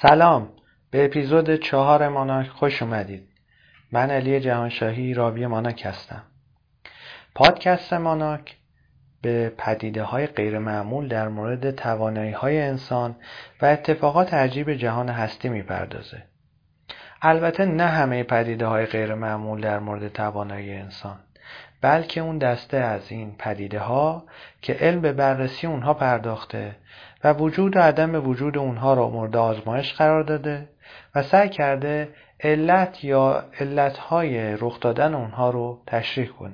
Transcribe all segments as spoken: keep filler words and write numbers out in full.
سلام، به اپیزود چهار ماناک خوش اومدید. من علی جهانشاهی راوی ماناک هستم. پادکست ماناک به پدیده های غیر معمول در مورد توانایی های انسان و اتفاقات عجیب جهان هستی میپردازه. البته نه همه پدیده های غیر معمول در مورد توانایی انسان، بلکه اون دسته از این پدیده ها که علم به بررسی اونها پرداخته و وجود و عدم وجود اونها را مورد آزمایش قرار داده و سعی کرده علت یا علتهای رخ دادن اونها رو تشریح کنه.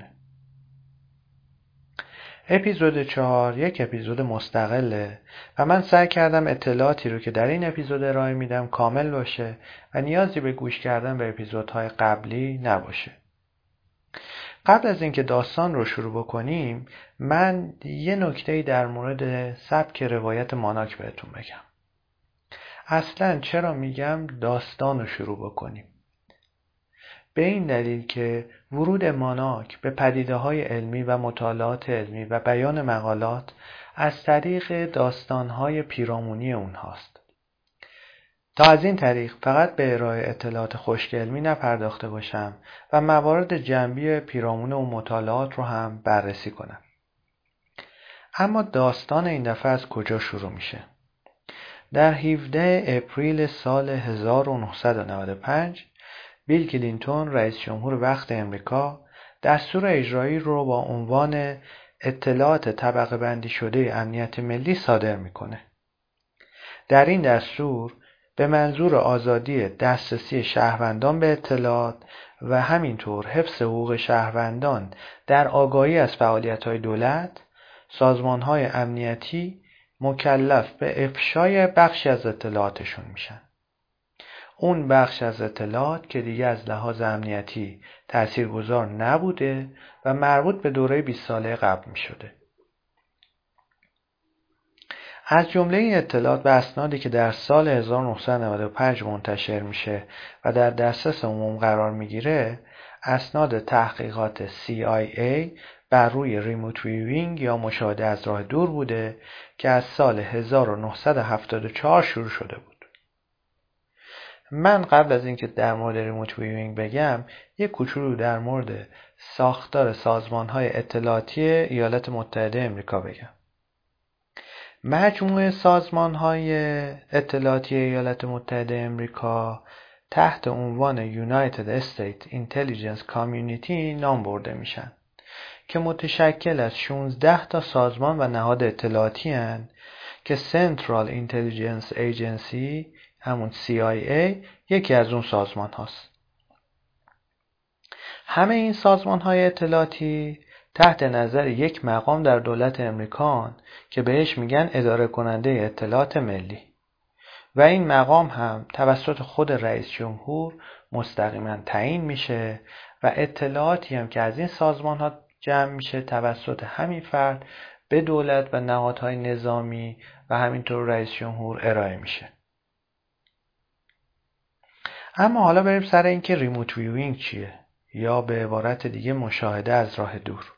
اپیزود چهار یک اپیزود مستقله و من سعی کردم اطلاعاتی رو که در این اپیزود ارائه میدم کامل باشه و نیازی به گوش کردن به اپیزودهای قبلی نباشه. قبل از اینکه داستان رو شروع بکنیم، من یه نکته‌ای در مورد سبک روایت ماناک بهتون بگم. اصلاً چرا میگم داستان رو شروع بکنیم؟ به این دلیل که ورود ماناک به پدیده‌های علمی و مطالعات علمی و بیان مقالات از طریق داستان‌های پیرامونی اونهاست. تا از این طریق فقط به ارائه اطلاعات خشک علمی نپرداخته باشم و موارد جنبی پیرامون اون مطالعات رو هم بررسی کنم. اما داستان این دفعه از کجا شروع میشه؟ در هفدهم اپریل سال هزار و نهصد و نود و پنج بیل کلینتون رئیس جمهور وقت امریکا دستور اجرایی رو با عنوان اطلاعات طبقه بندی شده امنیت ملی صادر میکنه. در این دستور به منظور آزادی دسترسی شهروندان به اطلاعات و همینطور حفظ حقوق شهروندان در آگاهی از فعالیت‌های دولت، سازمان‌های امنیتی مکلف به افشای بخشی از اطلاعاتشون میشن. اون بخش از اطلاعات که دیگه از لحاظ امنیتی تاثیرگذار نبوده و مربوط به دوره بیست ساله قبل میشده. از جمله این اطلاعات و اسنادی که در سال هزار و نهصد و نود و پنج منتشر میشه و در دسترس عموم قرار میگیره، اسناد تحقیقات سی آی ای بر روی ریموت ویوینگ یا مشاهده از راه دور بوده که از سال هزار و نهصد و هفتاد و چهار شروع شده بود. من قبل از اینکه در مورد ریموت ویوینگ بگم، یک کوچولو در مورد ساختار سازمان‌های اطلاعاتی ایالات متحده آمریکا بگم. مجموعه سازمان‌های اطلاعاتی ایالات متحده آمریکا تحت عنوان United States Intelligence Community نام برده میشن که متشکل از شانزده تا سازمان و نهاد اطلاعاتی هستند که Central Intelligence Agency همون سی آی ای یکی از اون سازمان هاست. همه این سازمان‌های اطلاعاتی تحت نظر یک مقام در دولت امریکان که بهش میگن اداره کننده اطلاعات ملی و این مقام هم توسط خود رئیس جمهور مستقیما تعیین میشه و اطلاعاتی هم که از این سازمان ها جمع میشه توسط همین فرد به دولت و نهادهای نظامی و همینطور رئیس جمهور ارائه میشه. اما حالا بریم سر اینکه ریموت ویوینگ چیه یا به عبارت دیگه مشاهده از راه دور.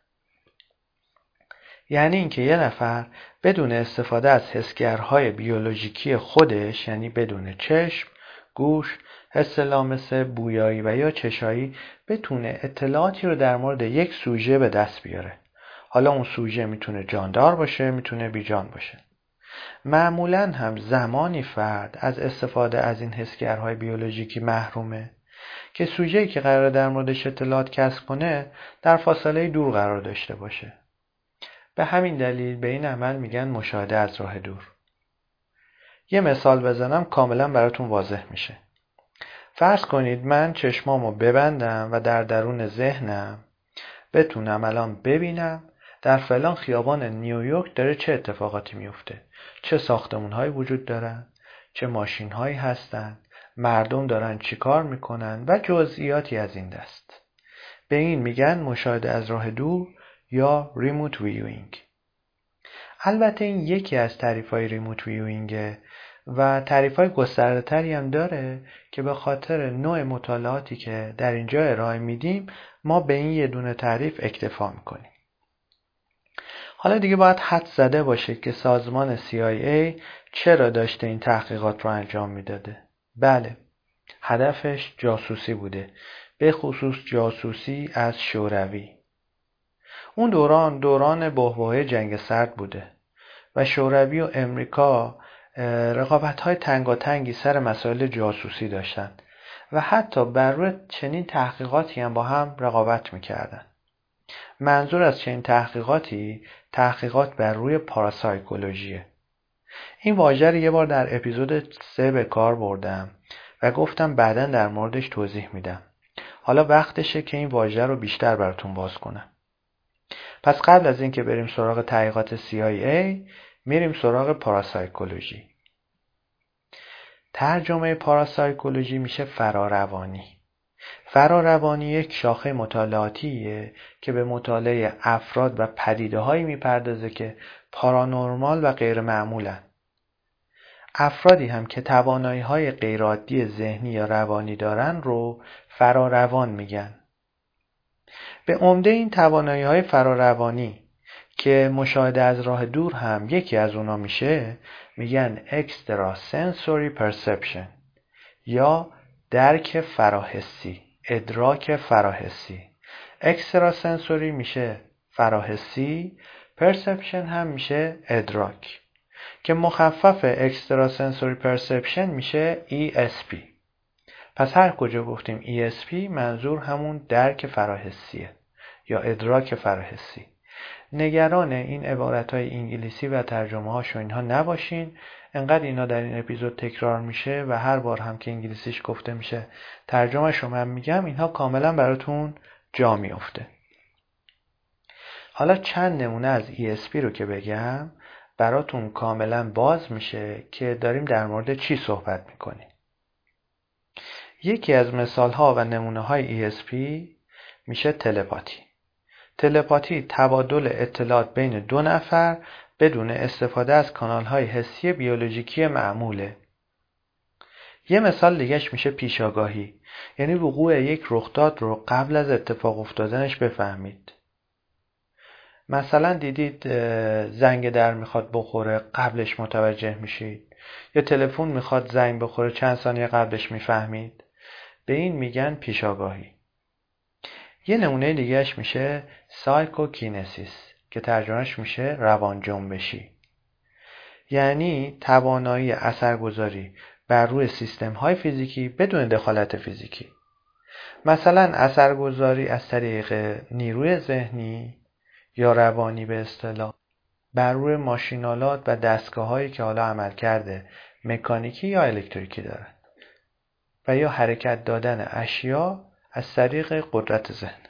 یعنی اینکه یه نفر بدون استفاده از حسگرهای بیولوژیکی خودش، یعنی بدون چشم، گوش، حس لامسه، بویایی و یا چشایی، بتونه اطلاعاتی رو در مورد یک سوژه به دست بیاره. حالا اون سوژه میتونه جاندار باشه، میتونه بیجان باشه. معمولاً هم زمانی فرد از استفاده از این حسگرهای بیولوژیکی محرومه که سوژه‌ای که قراره در موردش اطلاعات کسب کنه در فاصله دور قرار داشته باشه. به همین دلیل به این عمل میگن مشاهده از راه دور. یه مثال بزنم کاملا براتون واضح میشه. فرض کنید من چشمامو ببندم و در درون ذهنم بتونم الان ببینم در فلان خیابان نیویورک داره چه اتفاقاتی میفته، چه ساختمان‌هایی وجود دارن، چه ماشین‌هایی هستن، مردم دارن چی کار میکنن و جزئیاتی از این دست. به این میگن مشاهده از راه دور یا ریموت ویوینگ. البته این یکی از تعریف‌های ریموت ویوینگه و تعریف‌های گسترده‌تری هم داره که به خاطر نوع مطالعاتی که در اینجا ارائه میدیم ما به این یه دونه تعریف اکتفا میکنیم. حالا دیگه باید حد زده باشه که سازمان سی آی ای چرا داشته این تحقیقات رو انجام میداده. بله، هدفش جاسوسی بوده، به خصوص جاسوسی از شوروی. اون دوران دوران بحبوحه جنگ سرد بوده و شوروی و امریکا رقابت‌های تنگاتنگی سر مسائل جاسوسی داشتن و حتی بر روی چنین تحقیقاتی هم با هم رقابت میکردن. منظور از چنین تحقیقاتی تحقیقات بر روی پاراسایکولوژیه. این واژه رو یه بار در اپیزود سه به کار بردم و گفتم بعداً در موردش توضیح میدم. حالا وقتشه که این واژه رو بیشتر براتون باز کنم. پس قبل از اینکه بریم سراغ تحقیقات سی آی ای میریم سراغ پاراسایکولوژی. ترجمه پاراسایکولوژی میشه فراروانی. فراروانی یک شاخه مطالعاتیه که به مطالعه افراد و پدیده‌هایی میپردازه که پارانورمال و غیر معمولن. افرادی هم که توانایی‌های غیرعادی ذهنی یا روانی دارن رو فراروان میگن. به عمده این توانایی‌های فراروانی که مشاهده از راه دور هم یکی از اونا میشه میگن extrasensory perception یا درک فراحسی، ادراک فراحسی. extrasensory میشه فراحسی، perception هم میشه ادراک که مخفف extrasensory perception میشه ای اس پی. پس هر کجا گفتیم ای اس پی منظور همون درک فراحسیه یا ادراک فراحسی. نگران این عبارتهای انگلیسی و ترجمه هاش و اینها نباشین، انقدر اینا در این اپیزود تکرار میشه و هر بار هم که انگلیسیش گفته میشه ترجمه شو من میگم، اینها کاملا براتون جا میفته. حالا چند نمونه از ای اس پی رو که بگم براتون کاملا باز میشه که داریم در مورد چی صحبت میکنیم. یکی از مثال ها و نمونه های ای اس پی میشه تلپاتی. تلپاتی تبادل اطلاعات بین دو نفر بدون استفاده از کانال های حسی بیولوژیکی معموله. یه مثال دیگهش میشه پیشاگاهی، یعنی وقوع یک رخداد رو قبل از اتفاق افتادنش بفهمید. مثلا دیدید زنگ در میخواد بخوره قبلش متوجه میشید، یا تلفن میخواد زنگ بخوره چند ثانیه قبلش میفهمید. به این میگن پیشاگاهی. یه نمونه دیگهش میشه سایکوکینسیس که ترجمهش میشه روان جنبشی، یعنی توانایی اثرگذاری بر روی سیستم های فیزیکی بدون دخالت فیزیکی. مثلا اثرگذاری از طریق نیروی ذهنی یا روانی به اصطلاح بر روی ماشینالات و دستگاه هایی که حالا عمل کرده مکانیکی یا الکتریکی دارن، و یا حرکت دادن اشیا از طریق قدرت ذهن.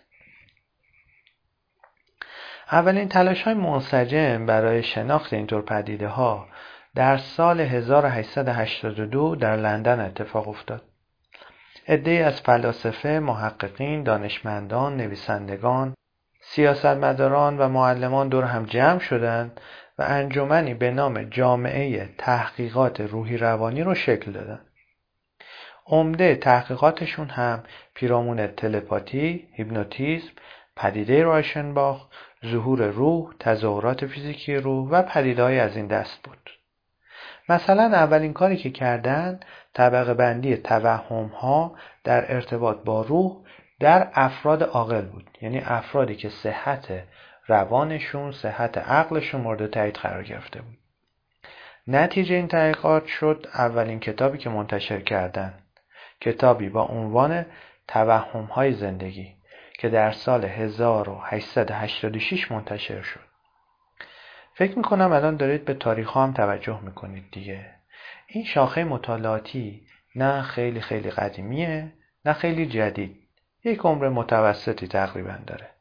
اولین تلاش های منسجم برای شناخت اینطور پدیده ها در سال هزار و هشتصد و هشتاد و دو در لندن اتفاق افتاد. عده‌ای از فلاسفه، محققین، دانشمندان، نویسندگان، سیاستمداران و معلمان دور هم جمع شدند و انجمنی به نام جامعه تحقیقات روحی روانی رو شکل دادن. عمده تحقیقاتشون هم پیرامون تلپاتی، هیپنوتیزم، پدیده رایشنباخ، ظهور روح، تظاهرات فیزیکی روح و پدیده‌های از این دست بود. مثلا اولین کاری که کردن طبقه بندی توهم‌ها در ارتباط با روح در افراد عاقل بود، یعنی افرادی که صحت روانشون، صحت عقلشون مورد تایید قرار گرفته بود. نتیجه این تحقیقات شد اولین کتابی که منتشر کردن، کتابی با عنوان توهم‌های زندگی که در سال هزار و هشتصد و هشتاد و شش منتشر شد. فکر میکنم الان دارید به تاریخ هم توجه میکنید دیگه. این شاخه مطالعاتی نه خیلی خیلی قدیمیه نه خیلی جدید، یک عمر متوسطی تقریبا داره.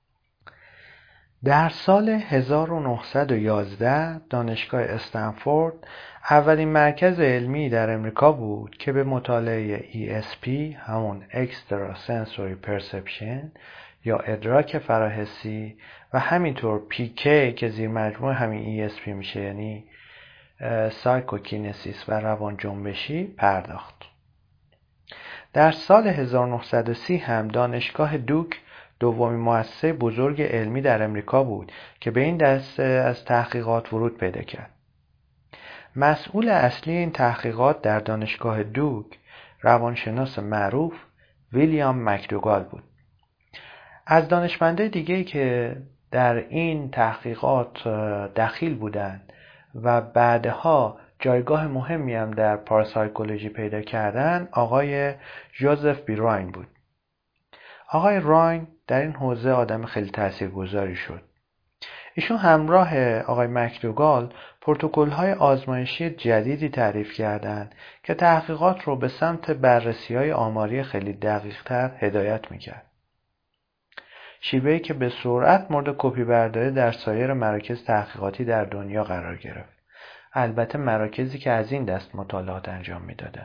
در سال هزار و نهصد و یازده دانشگاه استنفورد اولین مرکز علمی در امریکا بود که به مطالعه ای اس پی، همون Extrasensory Perception یا ادراک فراحسی، و همینطور پی کی که زیر مجموعه همین ای اس پی میشه، یعنی سایکوکینسیس و روان جنبشی پرداخت. در سال هزار و نهصد و سی هم دانشگاه دوک دومین مؤسسه بزرگ علمی در امریکا بود که به این دسته از تحقیقات ورود پیدا کرد. مسئول اصلی این تحقیقات در دانشگاه دوک روانشناس معروف ویلیام مکدوگال بود. از دانشمندای دیگه‌ای که در این تحقیقات دخیل بودند و بعدها جایگاه مهمی هم در پاراسایکولوژی پیدا کردن آقای جوزف بی راین بود. آقای راین در این حوزه آدم خیلی تاثیرگذاری شد. ایشون همراه آقای مکدوگال پروتکل‌های آزمایشی جدیدی تعریف کردند که تحقیقات رو به سمت بررسی‌های آماری خیلی دقیق‌تر هدایت می‌کرد. شیوهی که به سرعت مورد کپی برداری در سایر مراکز تحقیقاتی در دنیا قرار گرفت. البته مراکزی که از این دست مطالعات انجام می‌دادند.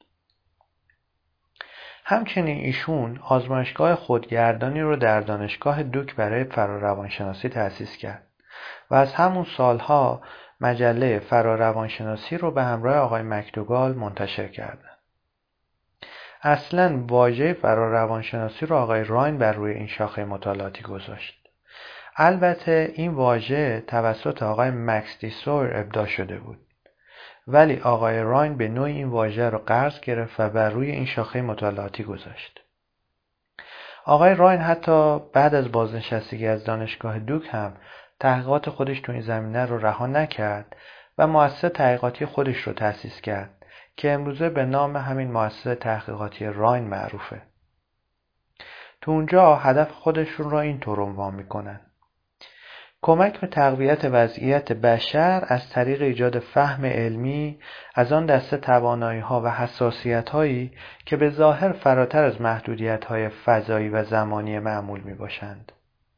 همچنین ایشون آزمایشگاه خودگردانی رو در دانشگاه دوک برای فراروانشناسی تأسیس کرد و از همون سالها مجله فراروانشناسی رو به همراه آقای مکدوگال منتشر کردند. اصلاً واژه فراروانشناسی رو آقای راین بر روی این شاخه مطالعاتی گذاشت. البته این واژه توسط آقای مکس دیسویر ابداع شده بود. ولی آقای راین به نوعی این واژه رو قرض گرفت و بر روی این شاخه مطالعاتی گذاشت. آقای راین حتی بعد از بازنشستگی از دانشگاه دوک هم تحقیقات خودش تو این زمینه رو رها نکرد و مؤسسه تحقیقاتی خودش رو تأسیس کرد که امروزه به نام همین مؤسسه تحقیقاتی راین معروفه. تو اونجا هدف خودشون را اینطور عنوان میکنن: کمک به تقویت وضعیت بشر از طریق ایجاد فهم علمی از آن دسته توانایی‌ها و حساسیت‌هایی که به ظاهر فراتر از محدودیت‌های فضایی و زمانی معمول میباشند.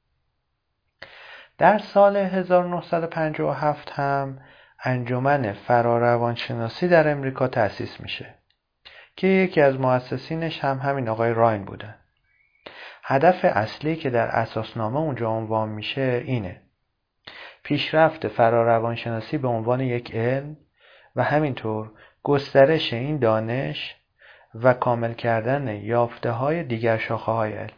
در سال هزار و نهصد و پنجاه و هفت هم انجمن فراروانشناسی در امریکا تأسیس میشه که یکی از مؤسسینش هم همین آقای راین بودن. هدف اصلی که در اساسنامه اونجا عنوان میشه اینه: پیشرفت فراروانشناسی به عنوان یک علم و همینطور گسترش این دانش و کامل کردن یافته‌های دیگر شاخه‌های علم.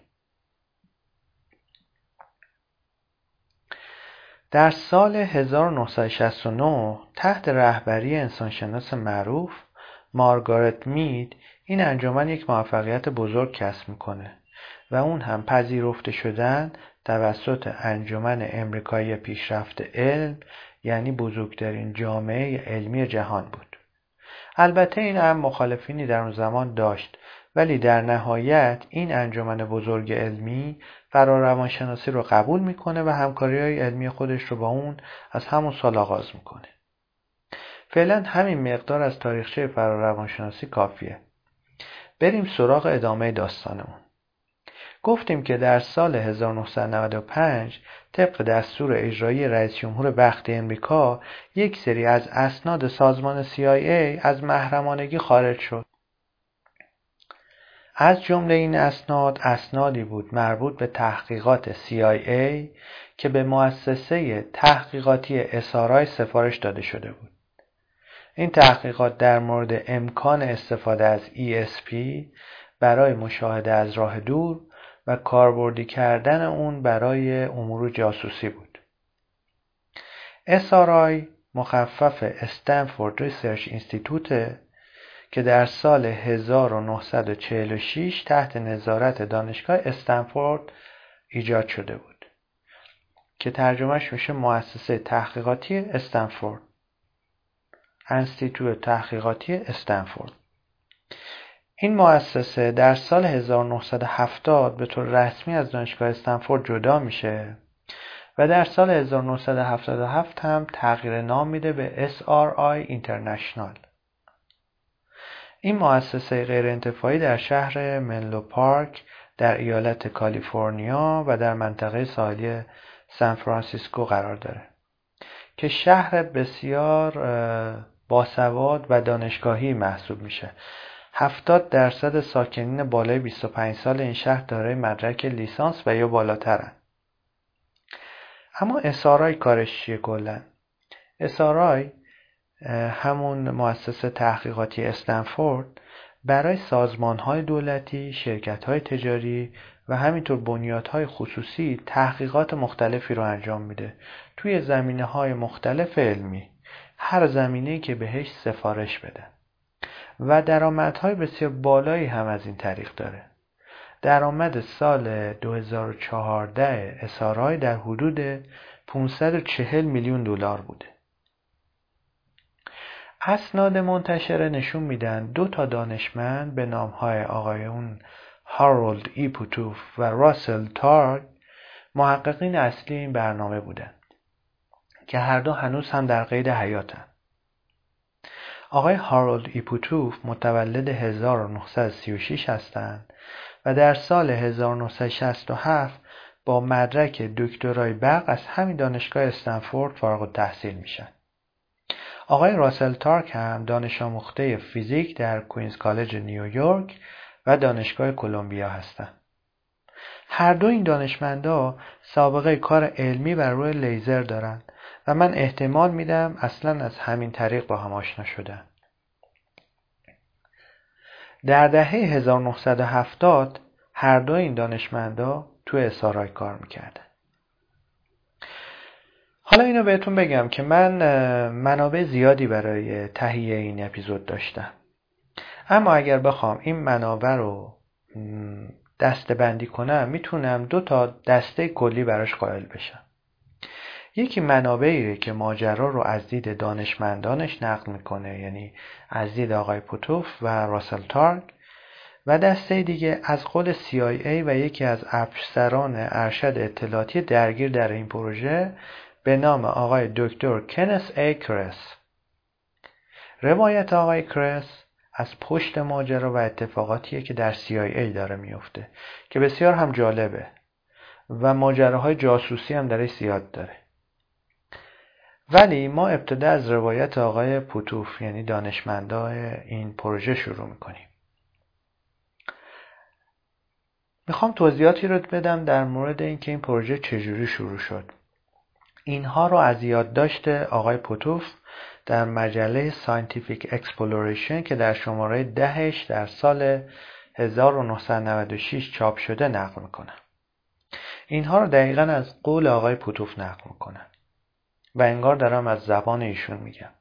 در سال هزار و نهصد و شصت و نه تحت رهبری انسانشناس معروف مارگارت مید این انجمن یک موفقیت بزرگ کسب میکنه و اون هم پذیرفته شدن توسط انجمن امریکایی پیشرفت علم، یعنی بزرگترین جامعه علمی جهان بود. البته این هم مخالفینی در اون زمان داشت، ولی در نهایت این انجمن بزرگ علمی فراروانشناسی رو قبول میکنه و همکاری‌های علمی خودش رو با اون از همون سال آغاز میکنه. فعلا همین مقدار از تاریخچه فراروانشناسی کافیه. بریم سراغ ادامه داستانمون. گفتیم که در سال هزار و نهصد و نود و پنج طبق دستور اجرایی رئیس جمهور وقتی امریکا یک سری از اسناد سازمان سی آی ای از محرمانگی خارج شد. از جمله این اسناد اسنادی بود مربوط به تحقیقات سی آی ای که به مؤسسه تحقیقاتی اس آر آی سفارش داده شده بود. این تحقیقات در مورد امکان استفاده از ای اس پی برای مشاهده از راه دور و کاربردی کردن اون برای امور جاسوسی بود. اس آر آی مخفف استنفورد ریسرچ اینستیتوت که در سال هزار و نهصد و چهل و شش تحت نظارت دانشگاه استنفورد ایجاد شده بود که ترجمهش میشه مؤسسه تحقیقاتی استنفورد، انستیتوت تحقیقاتی استنفورد. این مؤسسه در سال هزار و نهصد و هفتاد به طور رسمی از دانشگاه استنفورد جدا میشه و در سال هزار و نهصد و هفتاد و هفت هم تغییر نام میده به اس آر آی اینترنشنال. این مؤسسه غیرانتفاعی در شهر منلو پارک در ایالت کالیفرنیا و در منطقه ساحلی سان فرانسیسکو قرار داره که شهر بسیار باسواد و دانشگاهی محسوب میشه. هفتاد درصد ساکنین بالای بیست و پنج سال این شهر دارای مدرک لیسانس و یا بالاترن. اما اس آر آی کارش چیه کلا؟ اس آر آی همون مؤسسه تحقیقاتی استنفورد برای سازمان‌های دولتی، شرکت‌های تجاری و همینطور بنیادهای خصوصی تحقیقات مختلفی رو انجام میده توی زمینه‌های مختلف علمی، هر زمینه‌ای که بهش سفارش بده و درآمدهای بسیار بالایی هم از این طریق داره. درآمد سال دو هزار و چهارده اس آر آی در حدود پانصد و چهل میلیون دلار بوده. اسناد منتشره نشون میدن دو تا دانشمند به نامهای آقایون هارولد ای پوتوف و راسل تارگ محققین اصلی این برنامه بودن که هر دو هنوز هم در قید حیاتن. آقای هارولد ای پوتوف متولد هزار و نهصد و سی و شش هستند و در سال هزار و نهصد و شصت و هفت با مدرک دکترای برق از همین دانشگاه استنفورد فارغ التحصیل میشن. آقای راسل تارک هم دانش آموخته فیزیک در کوینز کالج نیویورک و دانشگاه کلمبیا هستند. هر دو این دانشمندا سابقه کار علمی بر روی لیزر دارن و من احتمال میدم اصلا از همین طریق با هم آشنا شدن. در دهه هزار و نهصد و هفتاد هر دو این دانشمندا تو اس آر آی کار میکردن. حالا اینو بهتون بگم که من منابع زیادی برای تهیه این اپیزود داشتم، اما اگر بخوام این منابع رو دسته بندی کنم میتونم دو تا دسته کلی براش قائل بشم. یکی منابعیه که ماجرا رو از دید دانشمندانش نقل میکنه، یعنی از دید آقای پوتوف و راسل تارگ، و دسته دیگه از قول سی آی ای و یکی از افسران ارشد اطلاعاتی درگیر در این پروژه به نام آقای دکتر کنس ای کرس. روایت آقای کرس از پشت ماجرا و اتفاقاتیه که در سی آی ای داره میفته که بسیار هم جالبه و ماجراهای جاسوسی هم درش زیاد داره. ولی ما ابتدا از روایت آقای پوتوف یعنی دانشمندای این پروژه شروع میکنیم. میخوام توضیحاتی رو بدم در مورد اینکه این پروژه چجوری شروع شد. اینها رو از یادداشت آقای پوتوف در مجله Scientific Exploration که در شماره دهش در سال هزار و نهصد و نود و شش چاپ شده نقل میکنم. اینها رو دقیقاً از قول آقای پوتوف نقل میکنم و انگار دارم از زبان ایشون میگم.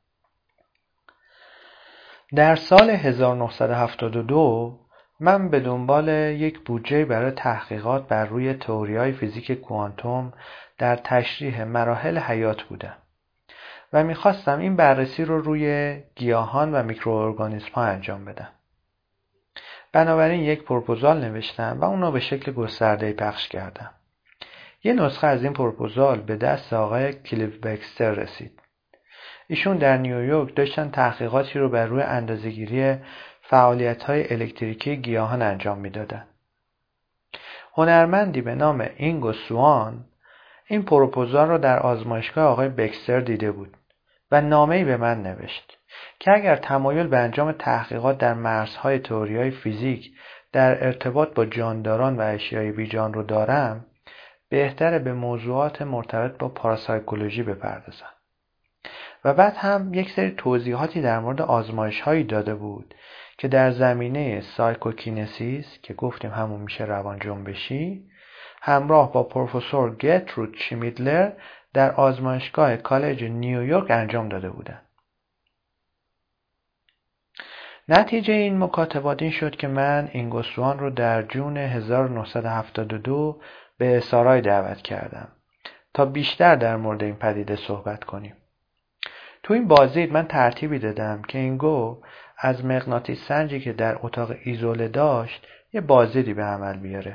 در سال هزار و نهصد و هفتاد و دو من به دنبال یک بودجه برای تحقیقات بر روی تئوری‌های فیزیک کوانتوم در تشریح مراحل حیات بودم و میخواستم این بررسی رو روی گیاهان و میکروارگانیسم ها انجام بدم. بنابراین یک پروپوزال نوشتم و اون رو به شکل گسترده پخش کردم. یه نسخه از این پروپوزال به دست آقای کلیف بکستر رسید. ایشون در نیویورک داشتن تحقیقاتی رو بر روی اندازه‌گیری فعالیت‌های الکتریکی گیاهان انجام میدادن. هنرمندی به نام اینگو سوان این پروپوزال رو در آزمایشگاه آقای بکستر دیده بود و نامه‌ای به من نوشت که اگر تمایل به انجام تحقیقات در مرزهای تئوری‌های فیزیک در ارتباط با جانداران و اشیای بیجان رو دارم، بهتره به موضوعات مرتبط با پاراسایکولوژی بپردازم. و بعد هم یک سری توضیحاتی در مورد آزمایش‌هایی داده بود که در زمینه سایکوکینسیس که گفتیم همون میشه روان جنبشی، همراه با پروفسور گرترود شمیدلر در آزمایشگاه کالج نیویورک انجام داده بودند. نتیجه این مکاتبات این شد که من اینگو سوان رو در جون هزار و نهصد و هفتاد و دو به اس آر آی دعوت کردم تا بیشتر در مورد این پدیده صحبت کنیم. تو این بازدید من ترتیبی دادم که اینگو از مغناطیس سنجی که در اتاق ایزوله داشت یه بازدیدی به عمل بیاره.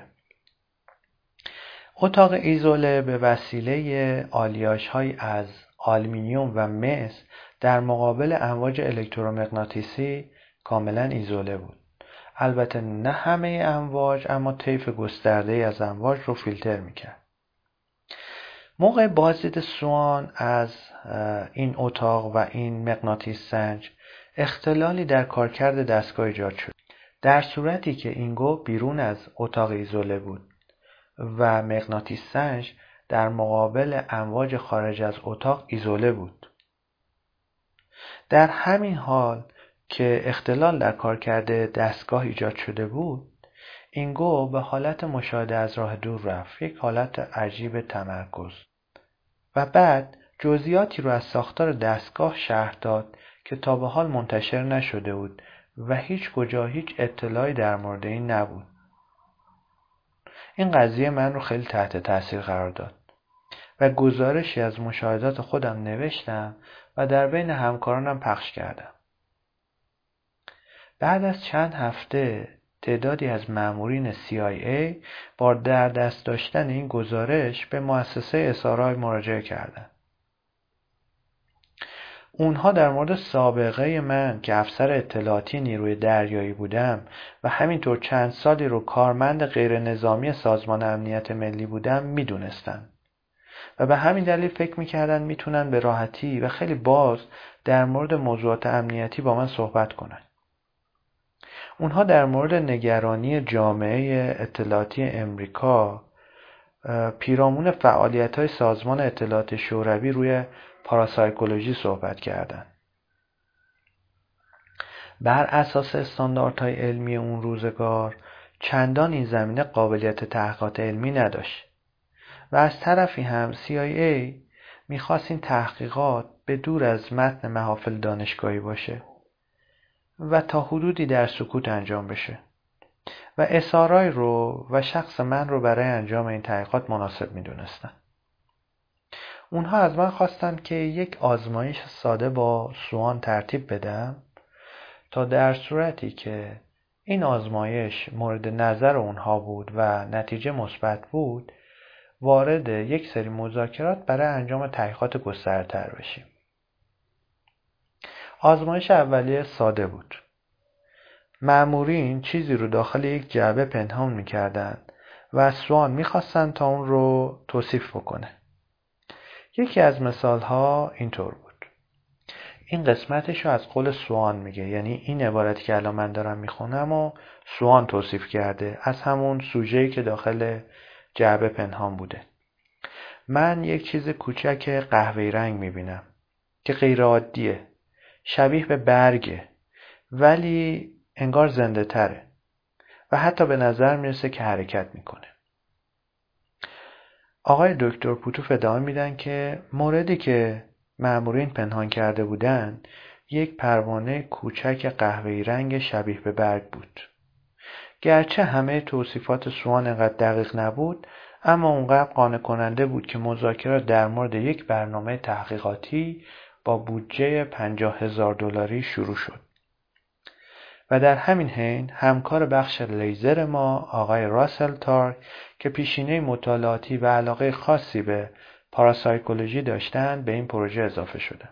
اتاق ایزوله به وسیله آلیاژهای از آلومینیوم و مس در مقابل امواج الکترومغناطیسی کاملا ایزوله بود. البته نه همه امواج، اما طیف گسترده‌ای از امواج رو فیلتر میکرد. موقع بازدید سوان از این اتاق و این مغناطیس سنج اختلالی در کارکرد دستگاه ایجاد شد. در صورتی که اینگو بیرون از اتاق ایزوله بود و مغناطیس سنج در مقابل امواج خارج از اتاق ایزوله بود. در همین حال که اختلال در کارکرد دستگاه ایجاد شده بود، اینگو به حالت مشاهده از راه دور رفت، یک حالت عجیب تمرکز، و بعد جزئیاتی رو از ساختار دستگاه شرح داد که تا به حال منتشر نشده بود و هیچ کجا هیچ اطلاعی در مورد این نبود. این قضیه من رو خیلی تحت تاثیر قرار داد و گزارشی از مشاهدات خودم نوشتم و در بین همکارانم پخش کردم. بعد از چند هفته تعدادی از مامورین سی آی ای با در دست داشتن این گزارش به مؤسسه اس آر آی مراجعه کردند. اونها در مورد سابقه من که افسر اطلاعاتی نیروی دریایی بودم و همینطور چند سالی رو کارمند غیر نظامی سازمان امنیت ملی بودم میدونستن و به همین دلیل فکر میکردن میتونن به راحتی و خیلی باز در مورد موضوعات امنیتی با من صحبت کنن. اونها در مورد نگرانی جامعه اطلاعاتی امریکا پیرامون فعالیت‌های سازمان اطلاعات شوروی روی پاراسایکولوژی صحبت کردند. بر اساس استانداردهای علمی اون روزگار چندان این زمینه قابلیت تحقیقات علمی نداشت و از طرفی هم سی آی ای میخواست این تحقیقات به دور از متن محافل دانشگاهی باشه و تا حدودی در سکوت انجام بشه و اس آر آی رو و شخص من رو برای انجام این تحقیقات مناسب میدونستن. اونها از من خواستند که یک آزمایش ساده با سوان ترتیب بدم تا در صورتی که این آزمایش مورد نظر اونها بود و نتیجه مثبت بود وارد یک سری مذاکرات برای انجام تحقیقات گسترتر بشیم. آزمایش اولیه ساده بود. مامورین چیزی رو داخل یک جعبه پنهان می‌کردند و از سوان می‌خواستند تا اون رو توصیف بکنه. یکی از مثال‌ها اینطور بود. این قسمتش رو از قول سوان میگه، یعنی این عبارتی که الان من دارم میخونم و سوان توصیف کرده از همون سوژه‌ای که داخل جعبه پنهان بوده. من یک چیز کوچک قهوه‌ای رنگ میبینم که غیر عادیه، شبیه به برگه ولی انگار زنده تره و حتی به نظر میرسه که حرکت میکنه. آقای دکتر پوتوف ادامه میدن که موردی که مامورین پنهان کرده بودن یک پروانه کوچک قهوه‌ای رنگ شبیه به برگ بود. گرچه همه توصیفات سوان انقدر دقیق نبود اما اونقدر قانع کننده بود که مذاکرات در مورد یک برنامه تحقیقاتی با بودجه پنجاه هزار دلاری شروع شد. و در همین حین همکار بخش لیزر ما آقای راسل تارک که پیشینه مطالعاتی و علاقه خاصی به پاراسایکولوژی داشتند به این پروژه اضافه شدند.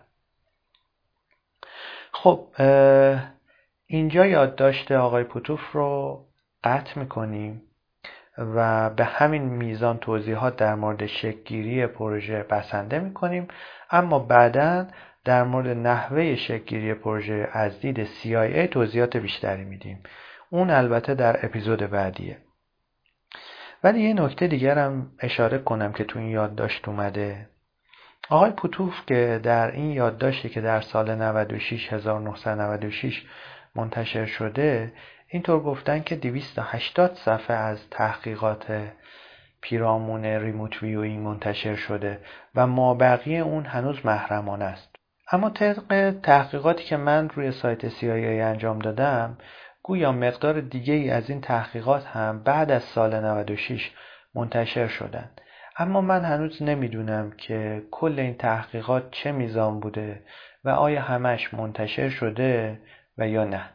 خب اینجا یادداشت آقای پوتوف رو قطع میکنیم و به همین میزان توضیحات در مورد شکل‌گیری پروژه بسنده میکنیم، اما بعداً در مورد نحوه شکل‌گیری پروژه از دید سی آی ای توضیحات بیشتری میدیم. اون البته در اپیزود بعدیه. ولی یه نکته دیگر هم اشاره کنم که تو این یادداشت اومده. آقای پوتوف که در این یادداشتی که در سال نود و شش هزار و نهصد و نود و شش منتشر شده اینطور گفتن که دویست و هشتاد صفحه از تحقیقات پیرامون ریموت ویوینگ منتشر شده و مابقی اون هنوز محرمانه است. اما طبق تحقیقاتی که من روی سایت سی آی ای انجام دادم گویا مقدار دیگه ای از این تحقیقات هم بعد از سال نود و شش منتشر شدن، اما من هنوز نمیدونم که کل این تحقیقات چه میزان بوده و آیا همش منتشر شده و یا نه.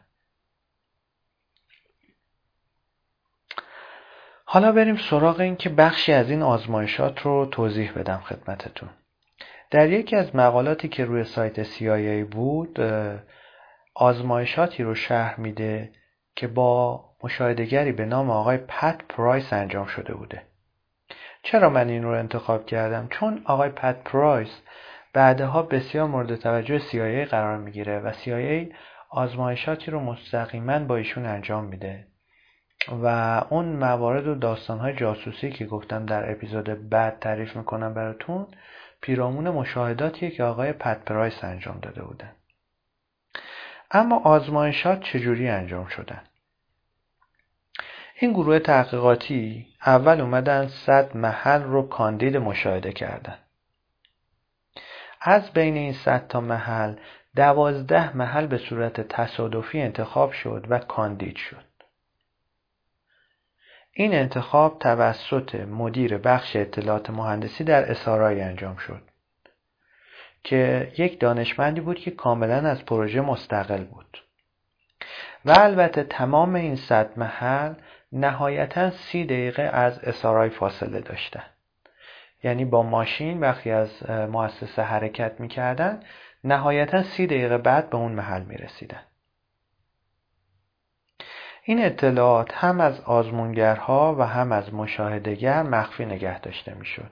حالا بریم سراغ این که بخشی از این آزمایشات رو توضیح بدم خدمتتون. در یکی از مقالاتی که روی سایت سی آی ای بود آزمایشاتی رو شرح میده که با مشاهده‌گری به نام آقای پت پرایس انجام شده بوده. چرا من این رو انتخاب کردم؟ چون آقای پت پرایس بعدها بسیار مورد توجه سی آی ای قرار میگیره و سی آی ای آزمایشاتی رو مستقیما با ایشون انجام میده و اون موارد و داستانهای جاسوسی که گفتم در اپیزود بعد تعریف میکنم براتون پیرامون مشاهداتیه که آقای پت پرایس انجام داده بودن. اما آزمایشات چجوری انجام شدن؟ این گروه تحقیقاتی اول اومدن صد محل رو کاندید مشاهده کردن. از بین این صد تا محل دوازده محل به صورت تصادفی انتخاب شد و کاندید شد. این انتخاب توسط مدیر بخش اطلاعات مهندسی در اس آر آی انجام شد که یک دانشمندی بود که کاملا از پروژه مستقل بود. و البته تمام این صد محل نهایتاً سی دقیقه از اس آر آی فاصله داشتن. یعنی با ماشین وقتی از مؤسسه حرکت میکردن نهایتاً سی دقیقه بعد به اون محل میرسیدن. این اطلاعات هم از آزمونگرها و هم از مشاهدهگر مخفی نگه داشته میشد.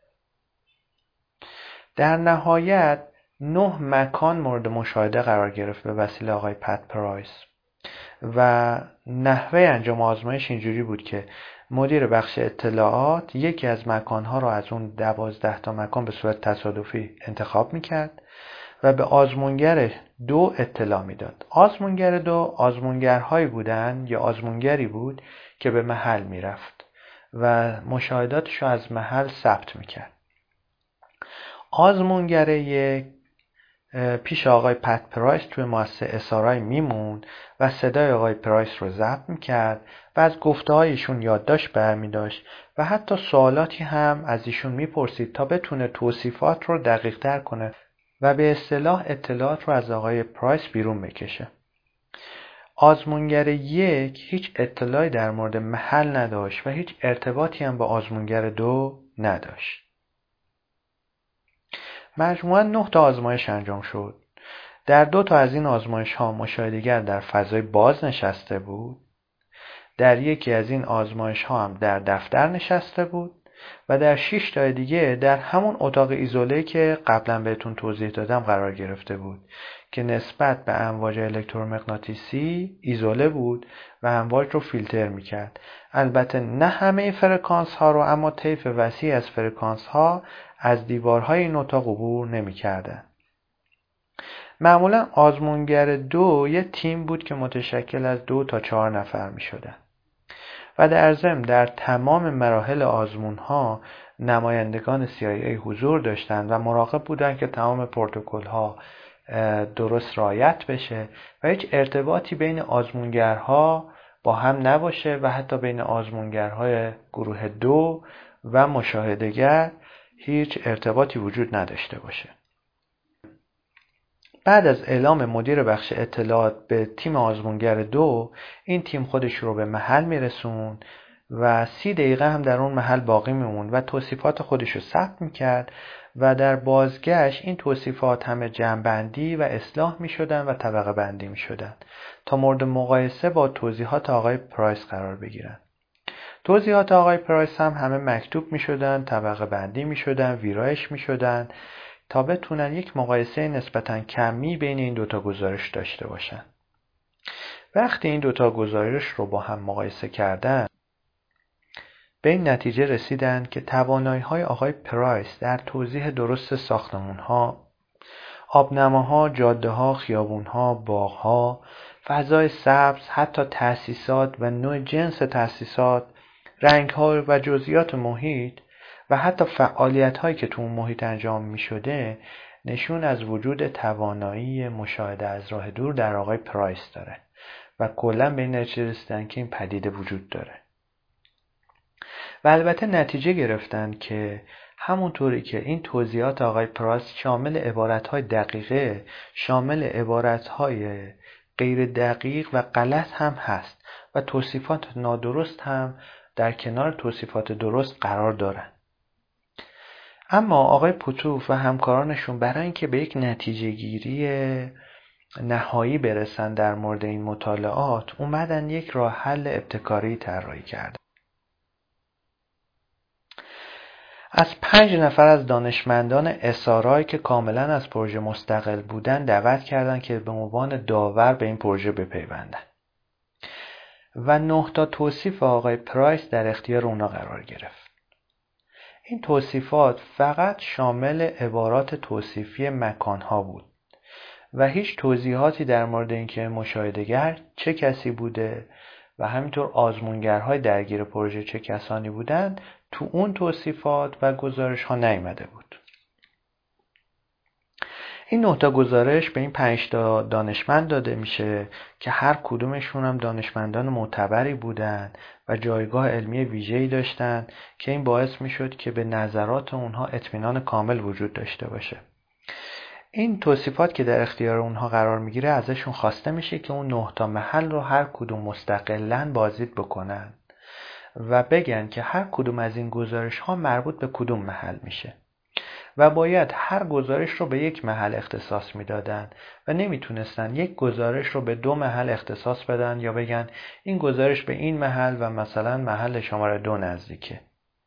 در نهایت نه مکان مورد مشاهده قرار گرفت به وسیله آقای پت پرایس و نحوه انجام آزمایش اینجوری بود که مدیر بخش اطلاعات یکی از مکانها را از اون دوازده تا مکان به صورت تصادفی انتخاب میکرد و به آزمونگر دو اطلاع میداد. آزمونگر دو آزمونگرهایی بودن یا آزمونگری بود که به محل میرفت و مشاهداتش رو از محل ثبت میکرد. آزمونگر یک پیش آقای پت پرایس توی مؤسسه اس آر آی میموند و صدای آقای پرایس رو ضبط میکرد و از گفته هایشون یادداشت برمی داشت و حتی سوالاتی هم از ایشون میپرسید تا بتونه توصیفات رو دقیق تر کنه و به اصطلاح اطلاعات رو از آقای پرایس بیرون بکشه. آزمونگر یک هیچ اطلاعی در مورد محل نداشت و هیچ ارتباطی هم با آزمونگر دو نداشت. مجموعاً نه تا آزمایش انجام شد. در دو تا از این آزمایش ها مشاهدهگر در فضای باز نشسته بود. در یکی از این آزمایش ها هم در دفتر نشسته بود و در شش تا دیگه در همون اتاق ایزوله که قبلا بهتون توضیح دادم قرار گرفته بود که نسبت به امواج الکترومغناطیسی ایزوله بود و امواج رو فیلتر میکرد. البته نه همه فرکانس ها رو، اما طیف وسیع از فرکانس ها از دیوارهای این اتاق عبور نمیکردن. معمولا آزمونگر دو یه تیم بود که متشکل از دو تا چهار نفر می شدن و در ضمن در تمام مراحل آزمون ها نمایندگان سی آی ای حضور داشتند و مراقب بودند که تمام پروتکل ها درست رعایت بشه و هیچ ارتباطی بین آزمونگرها با هم نباشه و حتی بین آزمونگرهای گروه دو و مشاهدهگر هیچ ارتباطی وجود نداشته باشه. بعد از اعلام مدیر بخش اطلاعات به تیم آزمونگر دو، این تیم خودش رو به محل میرسون و سی دقیقه هم در اون محل باقی میمون و توصیفات خودش رو ثبت میکرد و در بازگشت این توصیفات همه جمع‌بندی و اصلاح میشدن و طبقه بندی میشدن تا مورد مقایسه با توضیحات آقای پرایس قرار بگیرن. توضیحات آقای پرایس هم همه مکتوب میشدن، طبقه بندی میشدن، ویرایش میشدن تا بتونن یک مقایسه نسبتاً کمی بین این دوتا گزارش داشته باشن. وقتی این دوتا گزارش رو با هم مقایسه کردن به این نتیجه رسیدن که توانایی‌های آقای پرایس در توضیح درست ساختمان‌ها، آبنماها، جاده‌ها، خیابون‌ها، باغ‌ها، فضای سبز، حتی تأسیسات و نوع جنس تأسیسات، رنگ‌ها و جزئیات محیط و حتی فعالیت‌هایی که تو اون محیط انجام می‌شده نشون از وجود توانایی مشاهده از راه دور در آقای پرایس داره و کلاً به این نتیجه رسیدن که این پدیده وجود داره. و البته نتیجه گرفتن که همونطوری که این توضیحات آقای پرایس شامل عبارت‌های دقیقه، شامل عبارت‌های غیر دقیق و غلط هم هست و توصیفات نادرست هم در کنار توصیفات درست قرار دارن. اما آقای پوتوف و همکارانشون برای اینکه به یک نتیجه گیری نهایی برسن در مورد این مطالعات اومدن یک راه حل ابتکاری طراحی کردن. از پنج نفر از دانشمندان اس آر آی که کاملا از پروژه مستقل بودن دعوت کردند که به عنوان داور به این پروژه بپیوندن و نه تا توصیف آقای پرایس در اختیار اونا قرار گرفت. این توصیفات فقط شامل عبارات توصیفی مکانها بود و هیچ توضیحاتی در مورد اینکه مشاهدهگر چه کسی بوده و همینطور آزمونگرهای درگیر پروژه چه کسانی بودند تو اون توصیفات و گزارش ها نیامده بود. این نه تا گزارش به این پنج تا دانشمند داده میشه که هر کدومشون هم دانشمندان معتبری بودن و جایگاه علمی ویژه‌ای داشتن که این باعث میشد که به نظرات اونها اطمینان کامل وجود داشته باشه. این توصیفات که در اختیار اونها قرار میگیره ازشون خواسته میشه که اون نه تا محل رو هر کدوم مستقلاً بازدید بکنن و بگن که هر کدوم از این گزارش ها مربوط به کدوم محل میشه و باید هر گزارش رو به یک محل اختصاص میدادن و نمیتونستن یک گزارش رو به دو محل اختصاص بدن یا بگن این گزارش به این محل و مثلا محل شماره دو نزدیکه.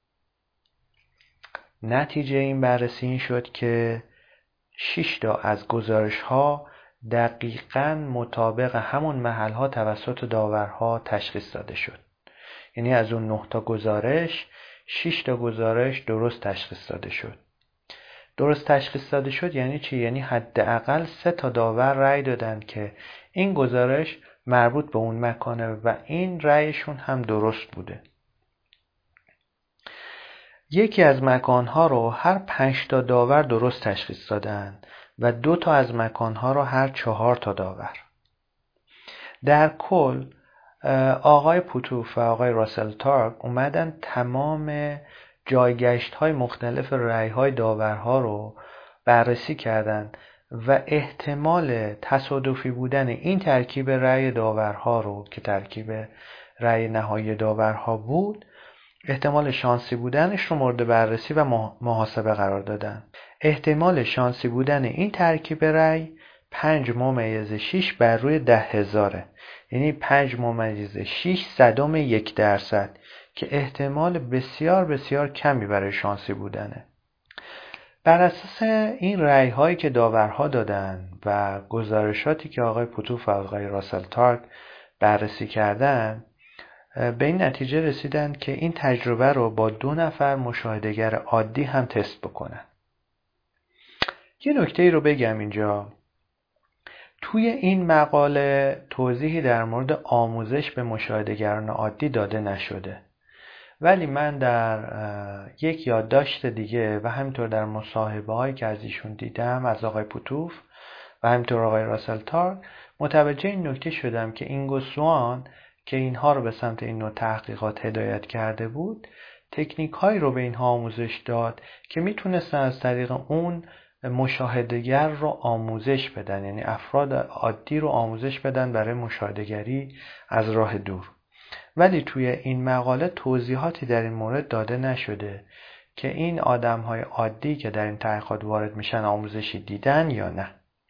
نتیجه این بررسی این شد که شش تا از گزارش ها دقیقاً مطابق همون محل ها توسط داورها تشخیص داده شد. یعنی از اون نه تا گزارش شش تا گزارش درست تشخیص داده شد. درست تشخیص داده شد یعنی چی؟ یعنی حداقل سه تا داور رأی دادن که این گزارش مربوط به اون مکانه و این رأیشون هم درست بوده. یکی از مکانها رو هر پنج تا داور درست تشخیص دادن و دو تا از مکانها رو هر چهار تا داور. در کل آقای پوتوف و آقای راسل تارگ اومدن تمام جایگشت های مختلف رأی های داورها رو بررسی کردند و احتمال تصادفی بودن این ترکیب رأی داورها رو که ترکیب رأی نهایی داورها بود، احتمال شانسی بودنش رو مورد بررسی و محاسبه قرار دادن. احتمال شانسی بودن این ترکیب رأی پنج ممیز شش بر روی ده هزاره، یعنی پنج ممیز شش صدم یک درصد که احتمال بسیار بسیار کمی برای شانسی بودنه. بر اساس این رأی هایی که داورها دادن و گزارشاتی که آقای پوتوف و آقای راسل تارگ بررسی کردن، به این نتیجه رسیدن که این تجربه رو با دو نفر مشاهدهگر عادی هم تست بکنن. یه نکته ای رو بگم اینجا. توی این مقاله توضیحی در مورد آموزش به مشاهدهگران عادی داده نشده، ولی من در یک یادداشت دیگه و همینطور در مصاحبه هایی که از ایشون دیدم از آقای پوتوف و همینطور آقای راسل تارگ متوجه این نکته شدم که اینگو سوان که اینها رو به سمت این نوع تحقیقات هدایت کرده بود، تکنیک هایی رو به اینها آموزش داد که میتونستن از طریق اون مشاهدهگر رو آموزش بدن، یعنی افراد عادی رو آموزش بدن برای مشاهدهگری از راه دور. ولی توی این مقاله توضیحاتی در این مورد داده نشده که این آدم‌های عادی که در این تحقیقات وارد میشن آموزشی دیدن یا نه.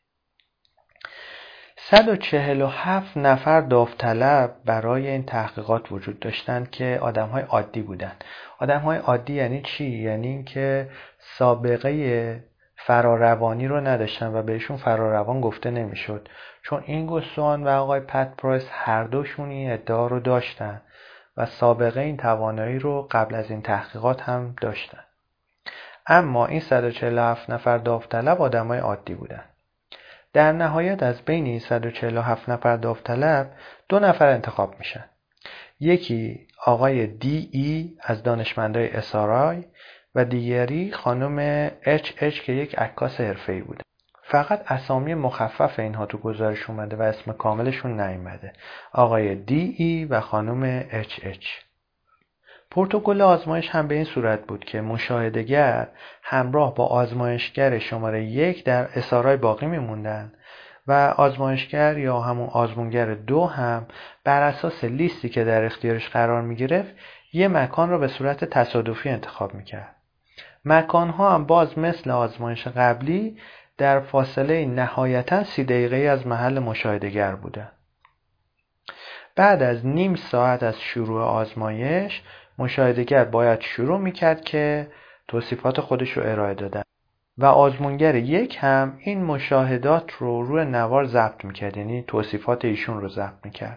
صد و چهل و هفت نفر داوطلب برای این تحقیقات وجود داشتند که آدم‌های عادی بودند. آدم‌های عادی یعنی چی؟ یعنی اینکه سابقه فراروانی رو نداشتن و بهشون فراروان گفته نمیشد، چون اینگو سوان و آقای پت پرایس هر دوشون این ادعا رو داشتن و سابقه این توانایی رو قبل از این تحقیقات هم داشتن. اما این صد و چهل و هفت نفر داوطلب آدمای عادی بودن. در نهایت از بین این صد و چهل و هفت نفر داوطلب دو نفر انتخاب میشن. یکی آقای دی ای از دانشمندای اس آر آی و دیگری خانم اچ اچ که یک عکاس حرفه‌ای بوده. فقط اسامی مخفف اینها تو گزارش اومده و اسم کاملشون نیومده. آقای دی ای و خانم اچ اچ. پروتکل آزمایش هم به این صورت بود که مشاهدهگر همراه با آزمایشگر شماره یک در اس آر آی باقی میموندن و آزمایشگر یا همون آزمونگر دو هم بر اساس لیستی که در اختیارش قرار میگرفت یه مکان رو به صورت تصادفی انتخاب میکرد. مکانها هم باز مثل آزمایش قبلی در فاصله نهایتاً سی دقیقه از محل مشاهدهگر بودن. بعد از نیم ساعت از شروع آزمایش مشاهدهگر باید شروع میکرد که توصیفات خودش رو ارائه دادن و آزمونگر یک هم این مشاهدات رو روی نوار ضبط میکرد، یعنی توصیفات ایشون رو ضبط میکرد.